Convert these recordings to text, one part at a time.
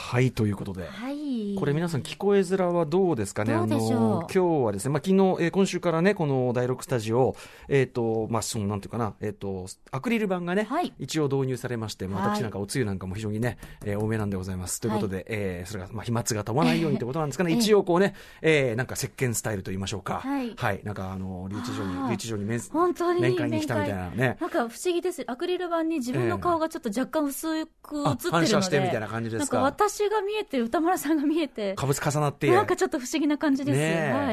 はいということで、 はい、 これ皆さん聞こえづらはどうですかね。 どうでしょう。 今日はですね、昨日、今週からねこの第6スタジオ、そのなんていうかな、アクリル板がね、 はい、 一応導入されまして、私なんかおつゆなんかも非常にね、多めなんでございますということで、 はい、 それが飛沫が飛ばないようにということなんですかね、一応こうね、なんか石鹸スタイルと言いましょうか、はい、はい、なんか留置場に面会に来たみたいなね、 なんか不思議です。アクリル板に自分の顔がちょっと若干薄く映ってるので、 反射してみたいな感じですか。 なんか私が見えて歌丸さんが見えて、 かぶ重なって、 なんかちょっと不思議な感じです、 ね、 はい、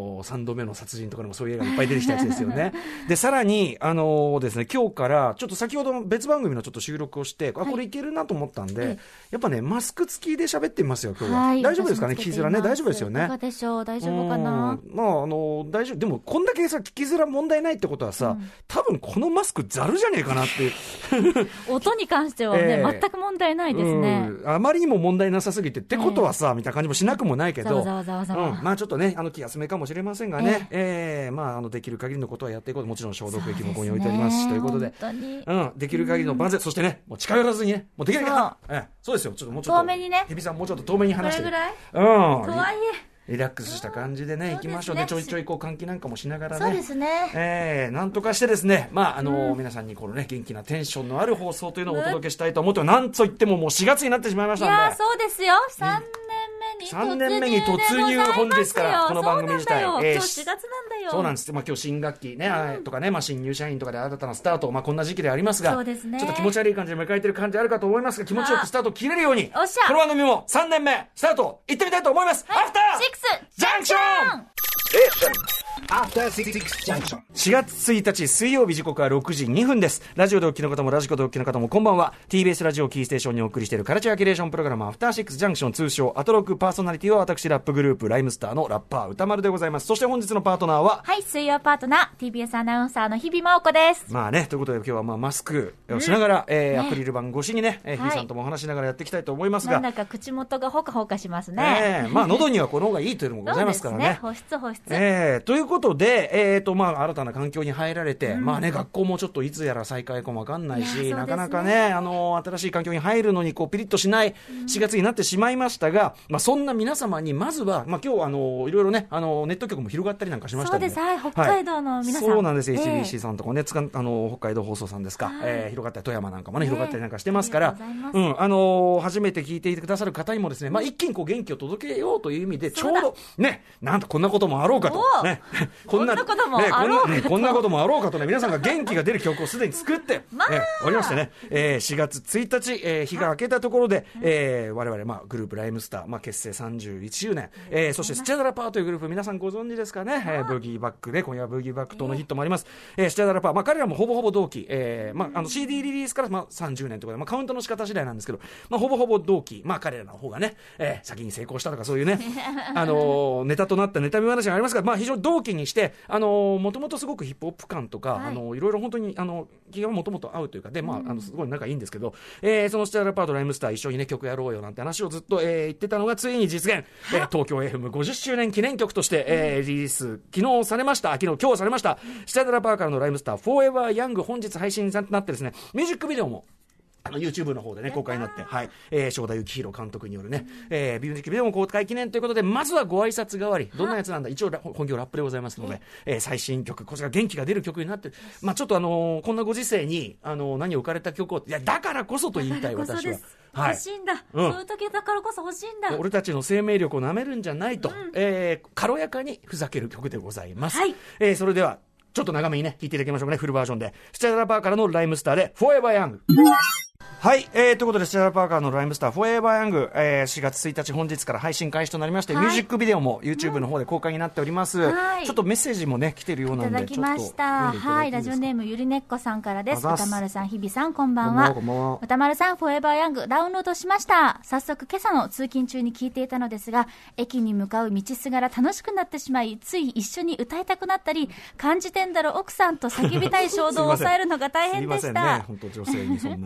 3度目の殺人とかでもそういう映画いっぱい出てきたやつですよねでさらにですね、今日からちょっと先ほど別番組のちょっと収録をして、はい、これいけるなと思ったんで、やっぱねマスク付きで喋ってみますよ今日は、はい、大丈夫ですかね、聞きづらね、大丈夫ですよね。 いかがでしょう、大丈夫かな。 大丈夫。でもこんだけさ聞きづら問題ないってことはさ、多分このマスクざるじゃねえかなっていう音に関してはね、全く問題ないですね。 あまりにも問題なさすぎてってことはさ、みたいな感じもしなくもないけど、まあちょっとね気休めかもしれませんがね、まあできる限りのことはやっていこうと、もちろん消毒液もここに置いてありますしということで、できる限りの万全、そしてねもう近寄らずにね、もうできる限りそうですよ、ちょっともうちょっと遠目にね、日比さんもうちょっと遠目に話して、これぐらい、とはいえリラックスした感じでね、行きましょうね。ちょいちょいこう換気なんかもしながらね。 そうですね。 なんとかしてですね、まあ皆さんにこのね元気なテンションのある放送というのをお届けしたいと思って、なんといってももう4月になってしまいましたんで。 いやそうですよ。3年目に突入本日からこの番組自体。今日4月なんだよ。 そうなんです。まあ今日新学期ね、とかね、まあ新入社員とかで新たなスタート、まあこんな時期でありますが、 そうですね、 ちょっと気持ち悪い感じで迎えてる感じあるかと思いますが、気持ちよくスタートを切れるように、この番組も3年目スタート行ってみたいと思います。アフタージャンクション。4月1日水曜日、時刻は6時2分です。ラジオでお聞きの方もラジコでお聞きの方もこんばんは。 TBS ラジオキーステーションにお送りしているカルチャーキュレーションプログラム、アフターシックスジャンクション、通称アトロク。パーソナリティは私ラップグループライムスターのラッパー歌丸でございます。そして本日のパートナーは、 はい、水曜パートナー TBS アナウンサーの日比真央子です。 まあね、ということで今日はまあマスクをしながら、アクリル板越しにね、日比さんともお話しながらやっていきたいと思いますが、 なんだか口元がほかほかしますね。 まあ喉にはこの方がいいというのもございますからね。 保湿、 ということで、まあ新たな環境に入られて、まあね、学校もちょっといつやら再開かもわかんないし、なかなかね、新しい環境に入るのにこうピリッとしない4月になってしまいましたが、まあそんな皆様にまずは、まあ今日いろいろね、ネット局も広がったりなんかしましたので、 そうです、はい、北海道の皆さん、 そうなんです、HBC さんとかね、北海道放送さんですか、広がったり富山なんかもね、広がったりなんかしてますから、初めて聞いてくださる方にもですね、まあ一気にこう元気を届けようという意味で、ちょうどね、なんとこんなこともあろうかとね、こんなこともあろうかとね、皆さんが元気が出る曲をすでに作っておりましてね、4月1日、日が明けたところで、我々、まあ、グループライムスター、まあ、結成31周年、そしてスチャダラパーというグループ、皆さんご存知ですかね、ブギーバックで、今夜はブギーバック等のヒットもあります、スチャダラパー、まあ、彼らもほぼほぼ同期、まあ、CD リリースから、まあ、30年ということで、まあ、カウントの仕方次第なんですけど、まあ、ほぼほぼ同期、まあ、彼らの方がね、先に成功したとかそういうねネタとなった妬み話がありますが、まあ、非常に同期にしてもともとすごくヒップホップ感とか、いろいろ本当に気がもともと合うというかで、まあ、すごい仲いいんですけど、そのスチャダラパーとライムスター一緒にね曲やろうよなんて話をずっと、言ってたのがついに実現、東京 FM50 周年記念曲として、リリース今日されました。スチャダラパーからのライムスター Forever Young、 本日配信になってですね、ミュージックビデオもYouTube の方でね公開になって、はい、正田幸宏監督によるね、ミュージックビデオも公開記念ということで、まずはご挨拶代わり、どんなやつなんだ、一応本業ラップでございますので、最新曲、こちら元気が出る曲になって、まあちょっとこんなご時世に何を置かれた曲を、いやだからこそと言いたい私は。 欲しいんだ、そういう時だからこそ欲しいんだ。 俺たちの生命力をなめるんじゃないと、軽やかにふざける曲でございます。はい、それではちょっと長めにね弾いていただきましょうかね、フルバージョンで。スチャダラパーからのライムスターで Forever Young。はい、ということでスチャダラパーカーのライムスター Forever Young、4月1日本日から配信開始となりまして、ミュージックビデオも YouTube の方で公開になっております。ちょっとメッセージもね来てるようなんで、 いただきました。はい、ラジオネームゆりねっこさんからです。歌丸さん、日比さん、こんばんは。歌丸さん、Forever Young ダウンロードしました。早速今朝の通勤中に聞いていたのですが、駅に向かう道すがら楽しくなってしまい、つい一緒に歌いたくなったり、感じてんだろ奥さんと叫びたい衝動を抑えるのが大変でした。 すいませんね、本当女性にそんな、 し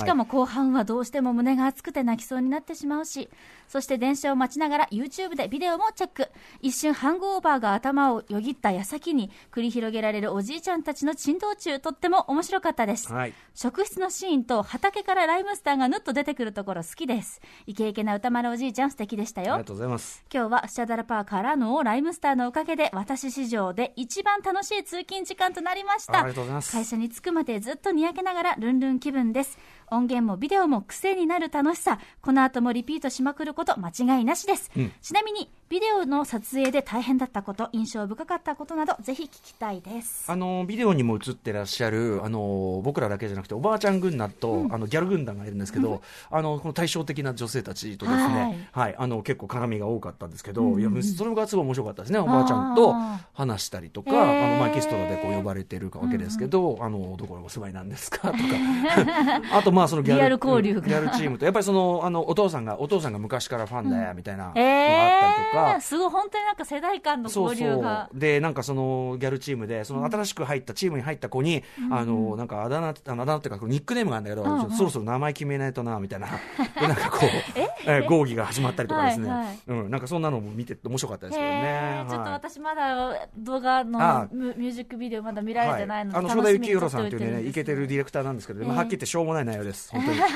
かも後半はどうしても胸が熱くて泣きそうになってしまうし、そして電車を待ちながら YouTube でビデオもチェック。一瞬ハングオーバーが頭をよぎった矢先に繰り広げられるおじいちゃんたちの珍道中、とっても面白かったです、はい、職質のシーンと畑からライムスターがぬっと出てくるところ好きです。イケイケな歌丸おじいちゃん素敵でしたよ。 ありがとうございます。 今日はスチャダラパーからのライムスターのおかげで私史上で一番楽しい通勤時間となりました。 ありがとうございます。 会社に着くまでずっとにやけながらルンルン気分です。音源もビデオも癖になる楽しさ、この後もリピートしまくること間違いなしです、ちなみにビデオの撮影で大変だったこと、印象深かったことなどぜひ聞きたいです。 ビデオにも映ってらっしゃる僕らだけじゃなくておばあちゃん軍団と、ギャル軍団がいるんですけど、この対照的な女性たちとですね、はい、結構絡みが多かったんですけど、いやそれがすごい面白かったですね。おばあちゃんと話したりとか、マイキストラでこう呼ばれてるわけですけど、どこにお住まいなんですかとかあとそのギャル交流がギャルチームとやっぱりお父さんが昔からファンだよみたいなのがあったりとか、 すごい本当になんか世代間の交流が。 そうでなんかそのギャルチームで新しく入ったチームに入った子に、なんかあだ名っていうかニックネームがあるんだけど、そろそろ名前決めないとなみたいなでなんかこう合議が始まったりとかですね、なんかそんなのも見てて面白かったですけどね。 ちょっと私まだ動画のミュージックビデオまだ見られてないので、 正田幸宏さんというねイケてるディレクターなんですけど、はっきり言ってしょうもない内容です本当に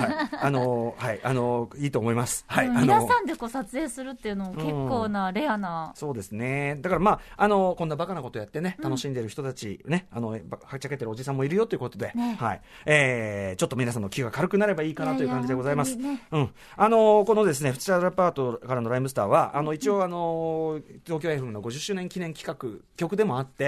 はい、いいと思います。はい、 皆さんでこう撮影するっていうのも結構なレアな、 そうですね。だからこんなバカなことやってね楽しんでる人たちね、はっちゃけてるおじさんもいるよということで、はい、ちょっと皆さんの気が軽くなればいいかなという感じでございます。このですねスチャダラパートからのライムスターは一応東京 FM の50周年記念企画曲でもあって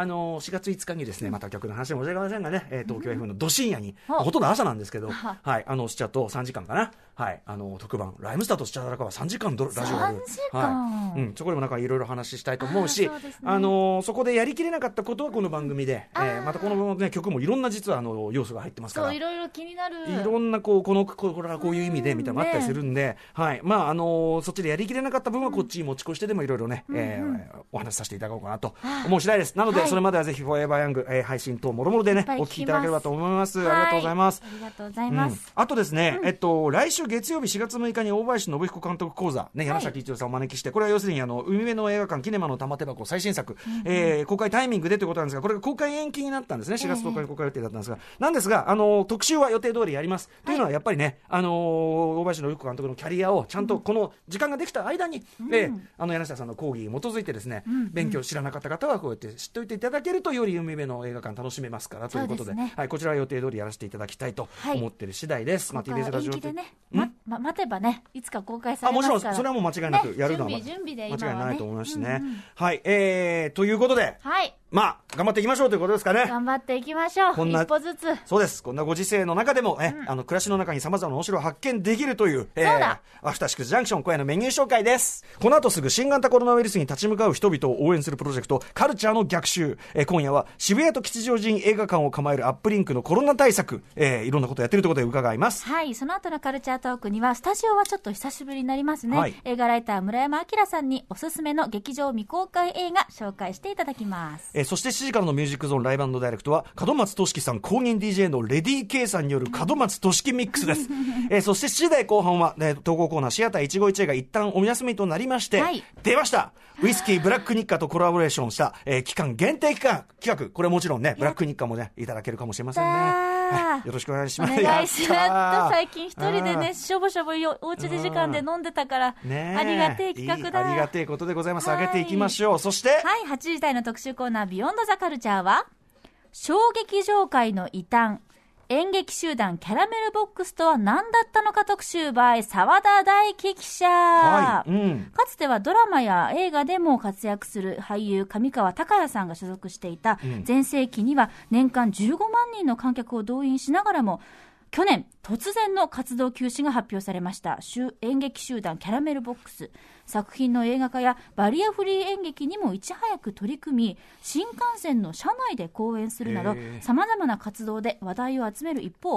、4月5日にですねまた曲の話申し訳ございませんがね、東京 FM のど深夜に、ほとんど朝なんですけど、はい、スチャと3時間かな、はい、特番ライムスターとスチャダラパーは3時間ラジオやる、はい、そこでもなんかいろいろ話したいと思うし、そこでやりきれなかったことはこの番組で、またこの、ね、曲もいろんな実は要素が入ってますから、 そういろいろ気になるいろんなこれはこういう意味でみたいなのがあったりするんで、はい、そっちでやりきれなかった分はこっちに持ち越してでもいろいろね、お話しさせていただこうかなと思う次第です。なので、それまではぜひフォーエバーヤング、配信等もろもろでねお聞きいただければと思います。ありがとうございます。 ありがとうございます。 あとですね、来週月曜日4月6日に大林信彦監督講座、ね、柳崎一郎さんをお招きして、これは要するに海辺の映画館キネマの玉手箱最新作、公開タイミングでということなんですが、これが公開延期になったんですね。4月10日に公開予定だったんですが、特集は予定通りやります、というのはやっぱりね、大林信彦監督のキャリアをちゃんとこの時間ができた間に、柳下さんの講義に基づいてですね、勉強知らなかった方はこうやって知っておいていただけるとより海辺の映画館楽しめますからということで、はい、こちらは予定通りやらせていただきたいと思っている次第です。 TBS ラジオでね、待てばねいつか公開されますから、 もちろんそれはもう間違いなくやるのは間違いないと思いますしね。はい、ということで、頑張っていきましょうということですかね。 頑張っていきましょう。一歩ずつ。 そうです。こんなご時世の中でも暮らしの中に様々な面白を発見できるという、アフターシックスジャンクション今夜のメニュー紹介です。この後すぐ新型コロナウイルスに立ち向かう人々を応援するプロジェクトカルチャーの逆襲、今夜は渋谷と吉祥寺に映画館を構えるアップリンクのコロナ対策、いろんなことをやっているということで伺います。 はい、その後のカルチャートークにはスタジオはちょっと久しぶりになりますね、映画ライター村山明さんにおすすめの劇場未公開映画紹介していただきます。 そして7時からのミュージックゾーンライブ&ダイレクトは門松俊樹さん公認 DJ のレディー K さんによる門松俊樹ミックスです。そして7時台後半は、統合コーナーシアター一期一会が一旦お休みとなりまして、出ましたウイスキーブラックニッカとコラボレーションした、期間限定企画、これもちろんねブラックニッカもねいただけるかもしれませんね。よろしくお願いします。 お願いします。最近一人でねしょぼしょぼおうちで時間で飲んでたから、ありがてえ企画だ。 ありがてえことでございます。上げていきましょう。そして 8時台の特集コーナービヨンドザカルチャーは小劇場界の異端、演劇集団キャラメルボックスとは何だったのか特集 by 澤田大樹記者、かつてはドラマや映画でも活躍する俳優上川隆也さんが所属していた全盛期には年間15万人の観客を動員しながらも、去年突然の活動休止が発表されました。演劇集団キャラメルボックス、作品の映画化やバリアフリー演劇にもいち早く取り組み、新幹線の車内で公演するなどさまざまな活動で話題を集める一方、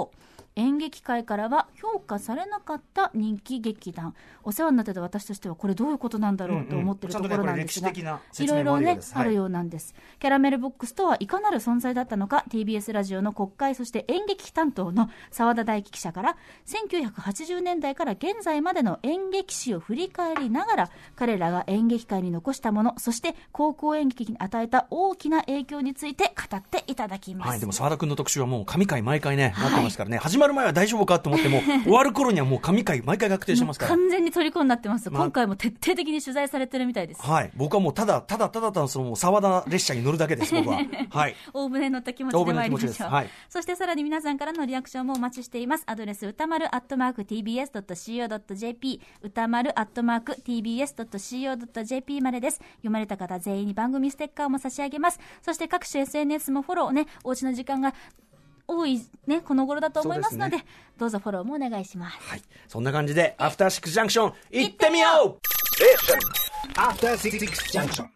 演劇界からは評価されなかった人気劇団。お世話になってた私としてはこれどういうことなんだろうと思ってるところなんですが、いろいろねあるようなんです。キャラメルボックスとはいかなる存在だったのか、 TBS ラジオの国会そして演劇担当の澤田大樹記者から1980年代から現在までの演劇史を振り返りながら、彼らが演劇界に残したもの、そして高校演劇に与えた大きな影響について語っていただきます。 はい、でも澤田君の特集はもう神回毎回ね、なってますからね、始まる前は大丈夫かと思っても終わる頃にはもう神回毎回確定してますから、 完全に虜になってます、今回も徹底的に取材されてるみたいです。 はい、僕はもうただその澤田列車に乗るだけです僕ははい、 大船に乗った気持ちで参りましょう。 はい、 そしてさらに皆さんからのリアクションもお待ちしています。アドレス歌丸@tbs.co.jp 歌丸@tbs.co.jp までです。読まれた方全員に番組ステッカーも差し上げます。そして各種 SNS もフォローね、おうちの時間が多いね、この頃だと思いますので、どうぞフォローもお願いします。 はい、そんな感じでアフターシックスジャンクション行ってみよう。 アフターシックスジャンクション。